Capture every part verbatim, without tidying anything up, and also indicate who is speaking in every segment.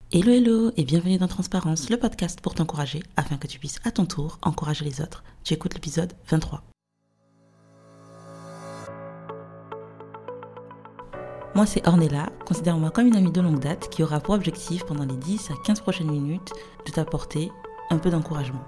Speaker 1: Hello hello et bienvenue dans Transparence, le podcast pour t'encourager afin que tu puisses à ton tour encourager les autres. Tu écoutes l'épisode vingt-trois. Moi c'est Ornella, considère-moi comme une amie de longue date qui aura pour objectif pendant les dix à quinze prochaines minutes de t'apporter un peu d'encouragement.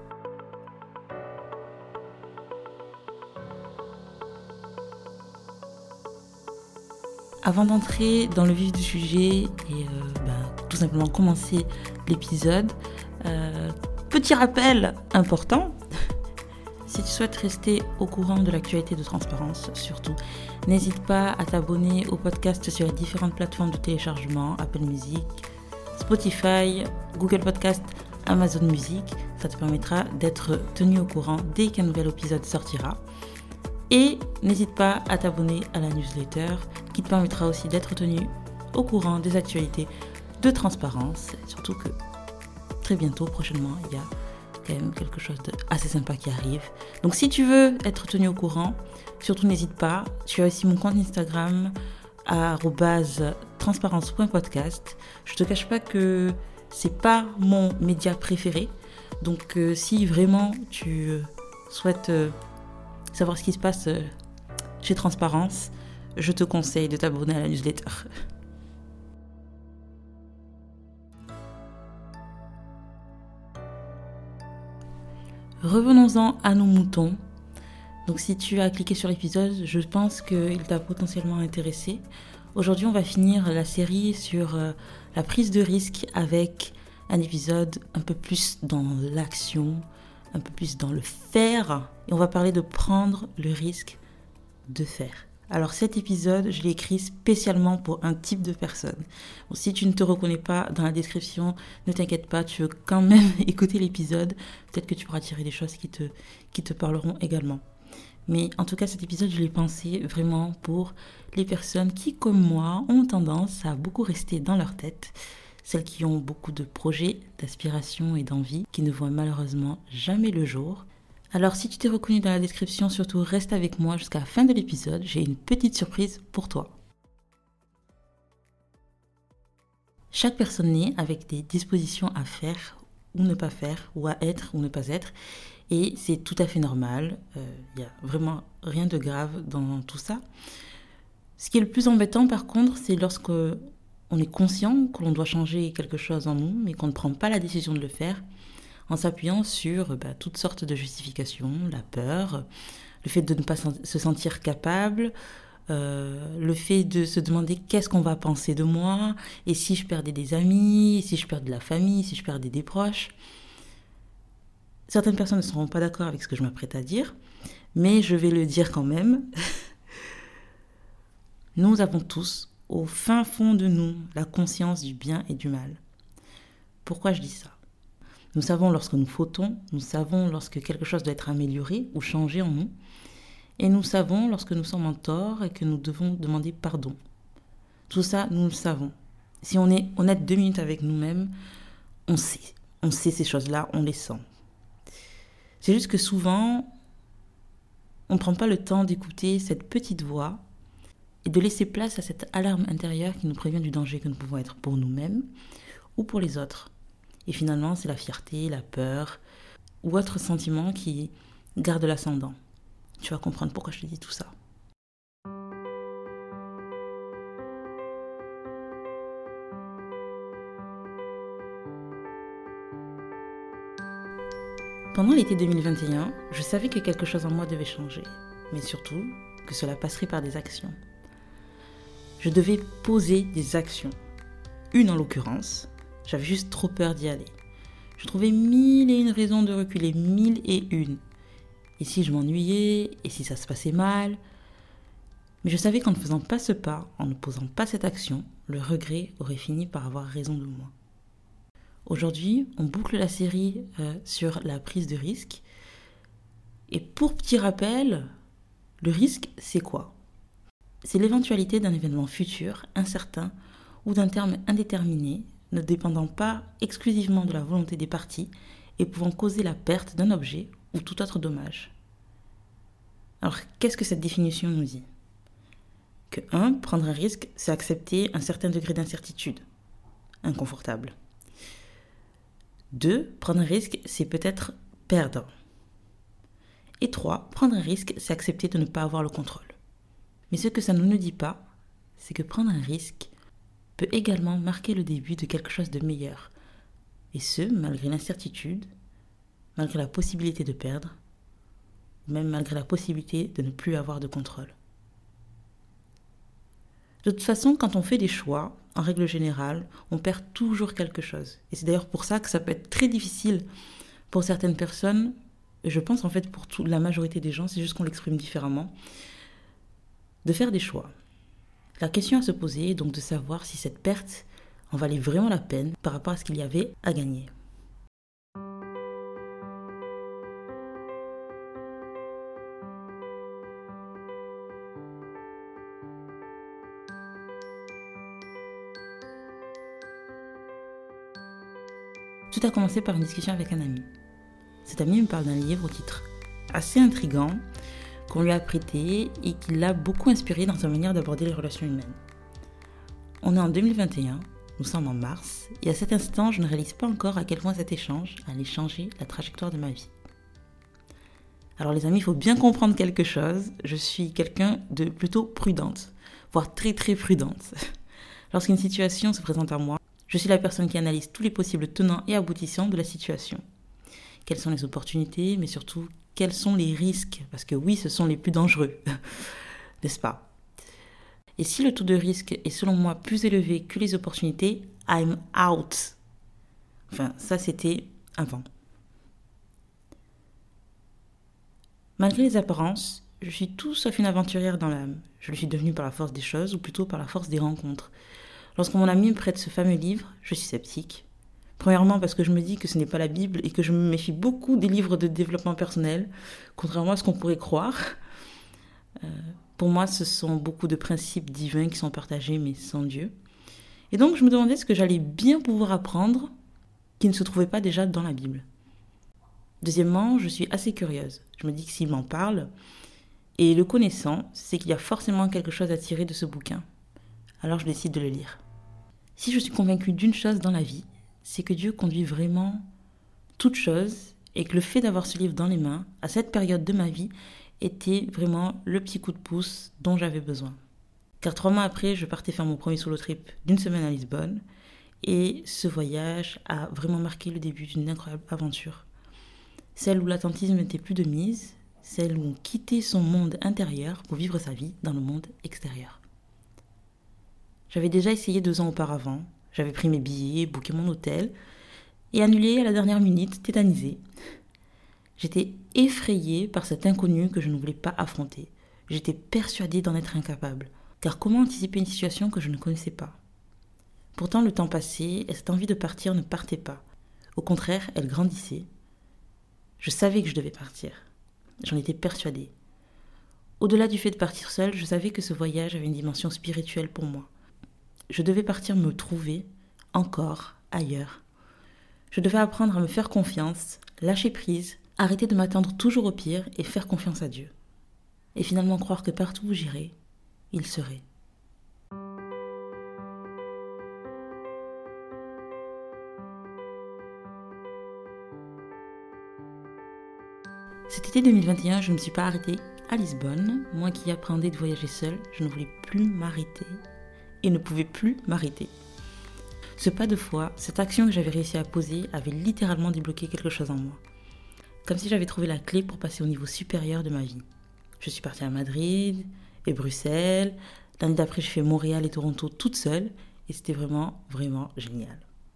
Speaker 1: Avant d'entrer dans le vif du sujet et euh, bah, tout simplement commencer l'épisode, euh, petit rappel important, si tu souhaites rester au courant de l'actualité de Transparence, surtout, n'hésite pas à t'abonner au podcast sur les différentes plateformes de téléchargement, Apple Music, Spotify, Google Podcast, Amazon Music. Ça te permettra d'être tenu au courant dès qu'un nouvel épisode sortira. Et n'hésite pas à t'abonner à la newsletter qui te permettra aussi d'être tenu au courant des actualités de Transparence. Surtout que très bientôt, prochainement, il y a quand même quelque chose d'assez sympa qui arrive. Donc si tu veux être tenu au courant, surtout n'hésite pas. Tu as aussi mon compte Instagram arobase transparence point podcast. Je te cache pas que c'est pas mon média préféré. Donc euh, si vraiment tu euh, souhaites euh, savoir ce qui se passe euh, chez Transparence, je te conseille de t'abonner à la newsletter. Revenons-en à nos moutons. Donc si tu as cliqué sur l'épisode, je pense qu'il t'a potentiellement intéressé. Aujourd'hui, on va finir la série sur euh, la prise de risque avec un épisode un peu plus dans l'action, un peu plus dans le faire. Et on va parler de prendre le risque de faire. Alors cet épisode, je l'ai écrit spécialement pour un type de personne. Bon, si tu ne te reconnais pas dans la description, ne t'inquiète pas, tu veux quand même écouter l'épisode. Peut-être que tu pourras tirer des choses qui te, qui te parleront également. Mais en tout cas, cet épisode, je l'ai pensé vraiment pour les personnes qui, comme moi, ont tendance à beaucoup rester dans leur tête. Celles qui ont beaucoup de projets, d'aspirations et d'envies qui ne voient malheureusement jamais le jour. Alors si tu t'es reconnu dans la description, surtout reste avec moi jusqu'à la fin de l'épisode, j'ai une petite surprise pour toi. Chaque personne naît avec des dispositions à faire ou ne pas faire, ou à être ou ne pas être, et c'est tout à fait normal, il euh, n'y a vraiment rien de grave dans tout ça. Ce qui est le plus embêtant par contre, c'est lorsque on est conscient que l'on doit changer quelque chose en nous, mais qu'on ne prend pas la décision de le faire, en s'appuyant sur bah, toutes sortes de justifications, la peur, le fait de ne pas se sentir capable, euh, le fait de se demander qu'est-ce qu'on va penser de moi, et si je perdais des amis, et si je perdais de la famille, si je perdais des proches. Certaines personnes ne seront pas d'accord avec ce que je m'apprête à dire, mais je vais le dire quand même. Nous avons tous, au fin fond de nous, la conscience du bien et du mal. Pourquoi je dis ça ? Nous savons lorsque nous fautons, nous savons lorsque quelque chose doit être amélioré ou changé en nous, et nous savons lorsque nous sommes en tort et que nous devons demander pardon. Tout ça, nous le savons. Si on est honnête deux minutes avec nous-mêmes, on sait. On sait ces choses-là, on les sent. C'est juste que souvent, on ne prend pas le temps d'écouter cette petite voix et de laisser place à cette alarme intérieure qui nous prévient du danger que nous pouvons être pour nous-mêmes ou pour les autres. Et finalement, c'est la fierté, la peur ou autre sentiment qui garde l'ascendant. Tu vas comprendre pourquoi je te dis tout ça. Pendant l'été deux mille vingt et un, je savais que quelque chose en moi devait changer, mais surtout que cela passerait par des actions. Je devais poser des actions. Une en l'occurrence, j'avais juste trop peur d'y aller. Je trouvais mille et une raisons de reculer, mille et une. Et si je m'ennuyais, et si ça se passait mal. Mais je savais qu'en ne faisant pas ce pas, en ne posant pas cette action, le regret aurait fini par avoir raison de moi. Aujourd'hui, on boucle la série euh, sur la prise de risque. Et pour petit rappel, le risque, c'est quoi ? C'est l'éventualité d'un événement futur, incertain, ou d'un terme indéterminé, ne dépendant pas exclusivement de la volonté des parties et pouvant causer la perte d'un objet ou tout autre dommage. Alors, qu'est-ce que cette définition nous dit ? Que un, prendre un risque, c'est accepter un certain degré d'incertitude. inconfortable. Deux, prendre un risque, c'est peut-être perdre. Et trois, prendre un risque, c'est accepter de ne pas avoir le contrôle. Mais ce que ça ne nous dit pas, c'est que prendre un risque peut également marquer le début de quelque chose de meilleur. Et ce, malgré l'incertitude, malgré la possibilité de perdre, ou même malgré la possibilité de ne plus avoir de contrôle. De toute façon, quand on fait des choix, en règle générale, on perd toujours quelque chose. Et c'est d'ailleurs pour ça que ça peut être très difficile pour certaines personnes, et je pense en fait pour toute la majorité des gens, c'est juste qu'on l'exprime différemment, de faire des choix. La question à se poser est donc de savoir si cette perte en valait vraiment la peine par rapport à ce qu'il y avait à gagner. Tout a commencé par une discussion avec un ami. Cet ami me parle d'un livre au titre assez intriguant qu'on lui a prêté et qui l'a beaucoup inspiré dans sa manière d'aborder les relations humaines. On est en deux mille vingt et un, nous sommes en mars, et à cet instant, je ne réalise pas encore à quel point cet échange allait changer la trajectoire de ma vie. Alors les amis, il faut bien comprendre quelque chose, je suis quelqu'un de plutôt prudente, voire très très prudente. Lorsqu'une situation se présente à moi, je suis la personne qui analyse tous les possibles tenants et aboutissants de la situation. Quelles sont les opportunités, mais surtout, quels sont les risques ? Parce que oui, ce sont les plus dangereux, n'est-ce pas ? Et si le taux de risque est selon moi plus élevé que les opportunités, I'm out. Enfin, ça c'était avant. Malgré les apparences, je suis tout sauf une aventurière dans l'âme. Je le suis devenue par la force des choses, ou plutôt par la force des rencontres. Lorsque mon ami me prête ce fameux livre, je suis sceptique. Premièrement parce que je me dis que ce n'est pas la Bible et que je me méfie beaucoup des livres de développement personnel, contrairement à ce qu'on pourrait croire. Euh, pour moi, ce sont beaucoup de principes divins qui sont partagés, mais sans Dieu. Et donc, je me demandais ce que j'allais bien pouvoir apprendre qui ne se trouvait pas déjà dans la Bible. Deuxièmement, je suis assez curieuse. Je me dis que s'il m'en parle, et le connaissant, c'est qu'il y a forcément quelque chose à tirer de ce bouquin. Alors je décide de le lire. Si je suis convaincue d'une chose dans la vie, c'est que Dieu conduit vraiment toutes choses et que le fait d'avoir ce livre dans les mains, à cette période de ma vie, était vraiment le petit coup de pouce dont j'avais besoin. Car trois mois après, je partais faire mon premier solo trip d'une semaine à Lisbonne et ce voyage a vraiment marqué le début d'une incroyable aventure. Celle où l'attentisme n'était plus de mise, celle où on quittait son monde intérieur pour vivre sa vie dans le monde extérieur. J'avais déjà essayé deux ans auparavant, j'avais pris mes billets, booké mon hôtel et annulé à la dernière minute, tétanisée. J'étais effrayée par cet inconnu que je ne voulais pas affronter. J'étais persuadée d'en être incapable, car comment anticiper une situation que je ne connaissais pas ? Pourtant, le temps passait et cette envie de partir ne partait pas. Au contraire, elle grandissait. Je savais que je devais partir. J'en étais persuadée. Au-delà du fait de partir seule, je savais que ce voyage avait une dimension spirituelle pour moi. Je devais partir me trouver, encore, ailleurs. Je devais apprendre à me faire confiance, lâcher prise, arrêter de m'attendre toujours au pire et faire confiance à Dieu. Et finalement croire que partout où j'irais, il serait. Cet été deux mille vingt et un, je ne me suis pas arrêtée à Lisbonne. Moi qui apprenais de voyager seule, je ne voulais plus m'arrêter et ne pouvais plus m'arrêter. Ce pas de foi, cette action que j'avais réussi à poser avait littéralement débloqué quelque chose en moi. Comme si j'avais trouvé la clé pour passer au niveau supérieur de ma vie. Je suis partie à Madrid et Bruxelles. L'année d'après, j'ai fait Montréal et Toronto toute seule. Et c'était vraiment, vraiment génial.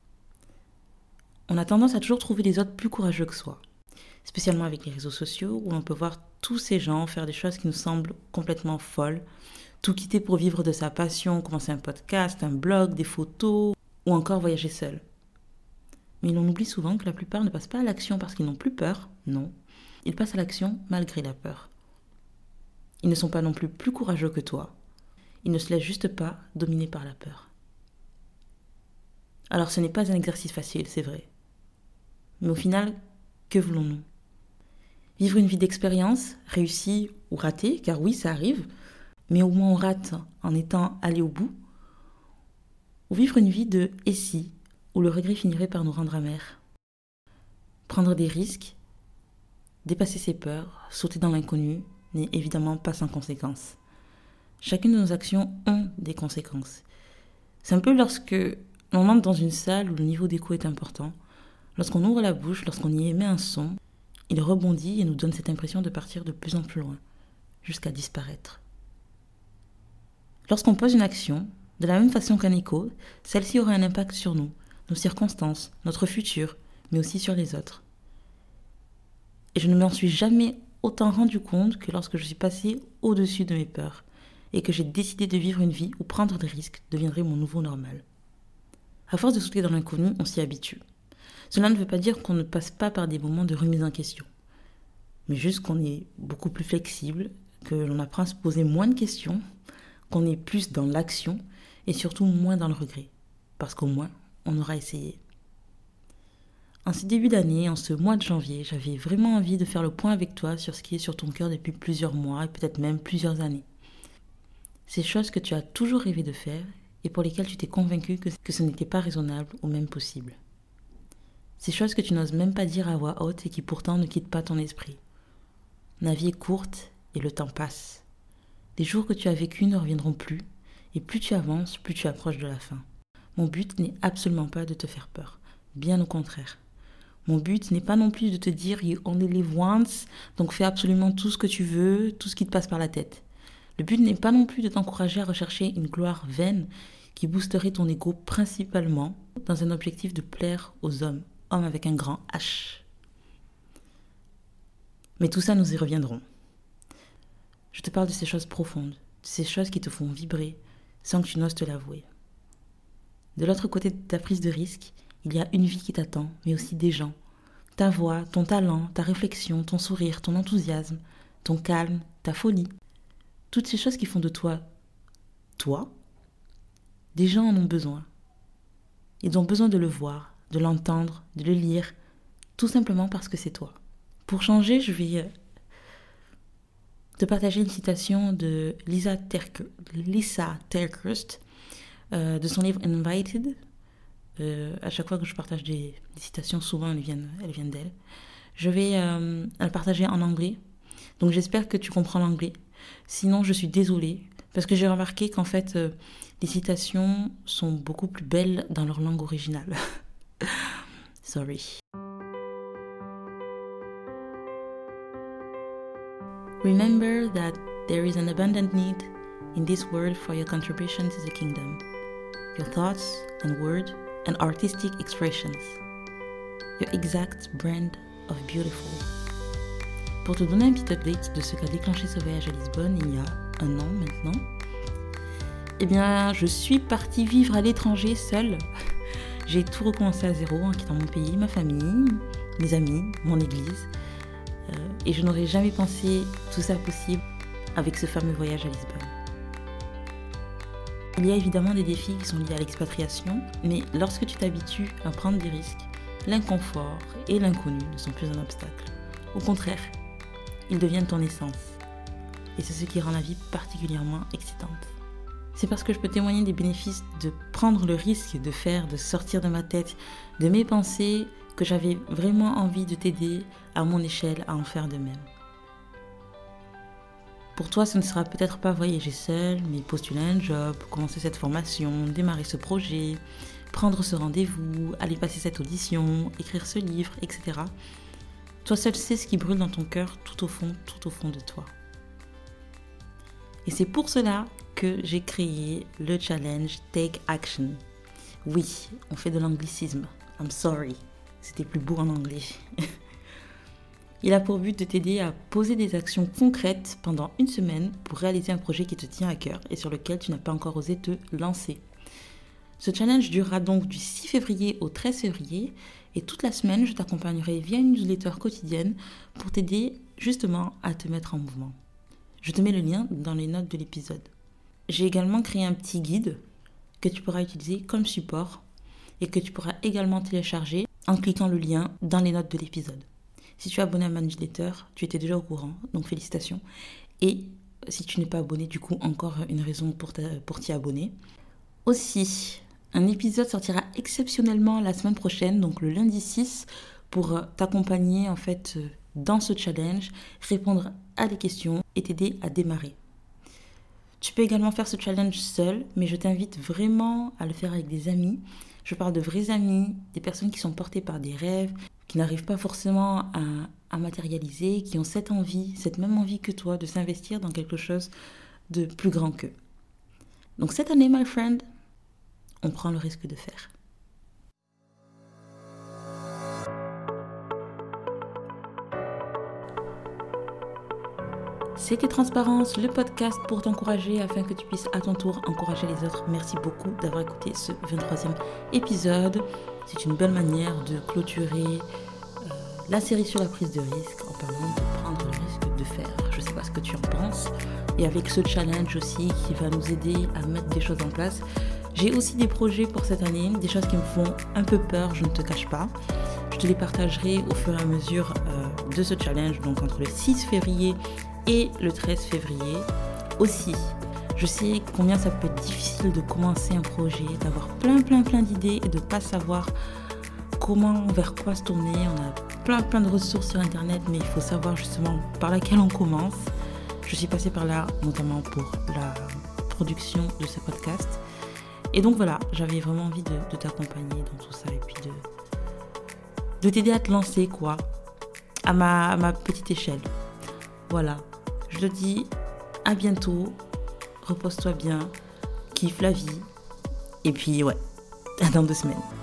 Speaker 1: On a tendance à toujours trouver les autres plus courageux que soi. Spécialement avec les réseaux sociaux où on peut voir tous ces gens faire des choses qui nous semblent complètement folles. Tout quitter pour vivre de sa passion, commencer un podcast, un blog, des photos ou encore voyager seul. Mais l'on oublie souvent que la plupart ne passent pas à l'action parce qu'ils n'ont plus peur, non. Ils passent à l'action malgré la peur. Ils ne sont pas non plus plus courageux que toi. Ils ne se laissent juste pas dominer par la peur. Alors ce n'est pas un exercice facile, c'est vrai. Mais au final, que voulons-nous ? Vivre une vie d'expérience, réussie ou ratée, car oui, ça arrive, mais au moins on rate en étant allé au bout. Ou vivre une vie de « et si » où le regret finirait par nous rendre amers. Prendre des risques, dépasser ses peurs, sauter dans l'inconnu n'est évidemment pas sans conséquences. Chacune de nos actions ont des conséquences. C'est un peu lorsque l'on entre dans une salle où le niveau d'écho est important, lorsqu'on ouvre la bouche, lorsqu'on y émet un son, il rebondit et nous donne cette impression de partir de plus en plus loin, jusqu'à disparaître. Lorsqu'on pose une action, de la même façon qu'un écho, celle-ci aura un impact sur nous, nos circonstances, notre futur, mais aussi sur les autres. Et je ne m'en suis jamais autant rendu compte que lorsque je suis passée au-dessus de mes peurs et que j'ai décidé de vivre une vie où prendre des risques deviendrait mon nouveau normal. À force de sauter dans l'inconnu, on s'y habitue. Cela ne veut pas dire qu'on ne passe pas par des moments de remise en question, mais juste qu'on est beaucoup plus flexible, que l'on apprend à se poser moins de questions, qu'on est plus dans l'action et surtout moins dans le regret, parce qu'au moins, on aura essayé. En ce début d'année, en ce mois de janvier, j'avais vraiment envie de faire le point avec toi sur ce qui est sur ton cœur depuis plusieurs mois et peut-être même plusieurs années. Ces choses que tu as toujours rêvé de faire et pour lesquelles tu t'es convaincu que, que ce n'était pas raisonnable ou même possible. Ces choses que tu n'oses même pas dire à voix haute et qui pourtant ne quittent pas ton esprit. La vie est courte et le temps passe. Les jours que tu as vécus ne reviendront plus et plus tu avances, plus tu approches de la fin. Mon but n'est absolument pas de te faire peur, bien au contraire. Mon but n'est pas non plus de te dire « you only live once », donc fais absolument tout ce que tu veux, tout ce qui te passe par la tête. Le but n'est pas non plus de t'encourager à rechercher une gloire vaine qui boosterait ton ego principalement dans un objectif de plaire aux hommes, hommes avec un grand H. Mais tout ça, nous y reviendrons. Je te parle de ces choses profondes, de ces choses qui te font vibrer sans que tu n'oses te l'avouer. De l'autre côté de ta prise de risque, il y a une vie qui t'attend, mais aussi des gens. Ta voix, ton talent, ta réflexion, ton sourire, ton enthousiasme, ton calme, ta folie. Toutes ces choses qui font de toi, toi, des gens en ont besoin. Ils ont besoin de le voir, de l'entendre, de le lire, tout simplement parce que c'est toi. Pour changer, je vais te partager une citation de Lisa Terke- Lisa TerKeurst, euh, de son livre Invited. Euh, à chaque fois que je partage des, des citations, souvent elles viennent, elles viennent d'elle. Je vais euh, la partager en anglais, donc j'espère que tu comprends l'anglais. Sinon, je suis désolée, parce que j'ai remarqué qu'en fait, euh, les citations sont beaucoup plus belles dans leur langue originale. Sorry. Remember that there is an abundant need in this world for your contribution to the kingdom, your thoughts and words and artistic expressions, your exact brand of beautiful. Pour te donner un petit update de ce qu'a déclenché ce voyage à Lisbonne il y a un an maintenant, eh bien, je suis partie vivre à l'étranger seule. J'ai tout recommencé à zéro en quittant mon pays, ma famille, mes amis, mon église. Euh, et je n'aurais jamais pensé tout ça possible avec ce fameux voyage à Lisbonne. Il y a évidemment des défis qui sont liés à l'expatriation, mais lorsque tu t'habitues à prendre des risques, l'inconfort et l'inconnu ne sont plus un obstacle. Au contraire, ils deviennent ton essence. Et c'est ce qui rend la vie particulièrement excitante. C'est parce que je peux témoigner des bénéfices de prendre le risque de faire, de sortir de ma tête, de mes pensées, que j'avais vraiment envie de t'aider à mon échelle à en faire de même. Pour toi, ce ne sera peut-être pas voyager seul, mais postuler un job, commencer cette formation, démarrer ce projet, prendre ce rendez-vous, aller passer cette audition, écrire ce livre, et cetera. Toi seul sais ce qui brûle dans ton cœur tout au fond, tout au fond de toi. Et c'est pour cela que j'ai créé le challenge Take Action. Oui, on fait de l'anglicisme. I'm sorry, c'était plus beau en anglais. Il a pour but de t'aider à poser des actions concrètes pendant une semaine pour réaliser un projet qui te tient à cœur et sur lequel tu n'as pas encore osé te lancer. Ce challenge durera donc du six février au treize février et toute la semaine, je t'accompagnerai via une newsletter quotidienne pour t'aider justement à te mettre en mouvement. Je te mets le lien dans les notes de l'épisode. J'ai également créé un petit guide que tu pourras utiliser comme support et que tu pourras également télécharger en cliquant le lien dans les notes de l'épisode. Si tu es abonné à ma newsletter, tu étais déjà au courant, donc félicitations. Et si tu n'es pas abonné, du coup, encore une raison pour, ta, pour t'y abonner. Aussi, Un épisode sortira exceptionnellement la semaine prochaine, donc le lundi six, pour t'accompagner en fait dans ce challenge, répondre à des questions et t'aider à démarrer. Tu peux également faire ce challenge seul, mais je t'invite vraiment à le faire avec des amis. Je parle de vrais amis, des personnes qui sont portées par des rêves, qui n'arrivent pas forcément à, à matérialiser, qui ont cette envie, cette même envie que toi de s'investir dans quelque chose de plus grand qu'eux. Donc cette année, my friend, on prend le risque de faire. C'était Transparence, le podcast pour t'encourager afin que tu puisses à ton tour encourager les autres. Merci beaucoup d'avoir écouté ce vingt-troisième épisode. C'est une belle manière de clôturer euh, la série sur la prise de risque en parlant de prendre le risque de faire. Je ne sais pas ce que tu en penses. Et avec ce challenge aussi qui va nous aider à mettre des choses en place. J'ai aussi des projets pour cette année, des choses qui me font un peu peur, je ne te cache pas. Je te les partagerai au fur et à mesure euh, de ce challenge, donc entre le six février et le treize février. Aussi, je sais combien ça peut être difficile de commencer un projet, d'avoir plein plein plein d'idées et de ne pas savoir comment, vers quoi se tourner. On a plein plein de ressources sur internet, mais il faut savoir justement par laquelle on commence. Je suis passée par là, notamment pour la production de ce podcast. Et donc voilà, j'avais vraiment envie de, de t'accompagner dans tout ça et puis de, de t'aider à te lancer, quoi, à ma, à ma petite échelle. Voilà, je te dis à bientôt, repose-toi bien, kiffe la vie, et puis ouais, à dans deux semaines.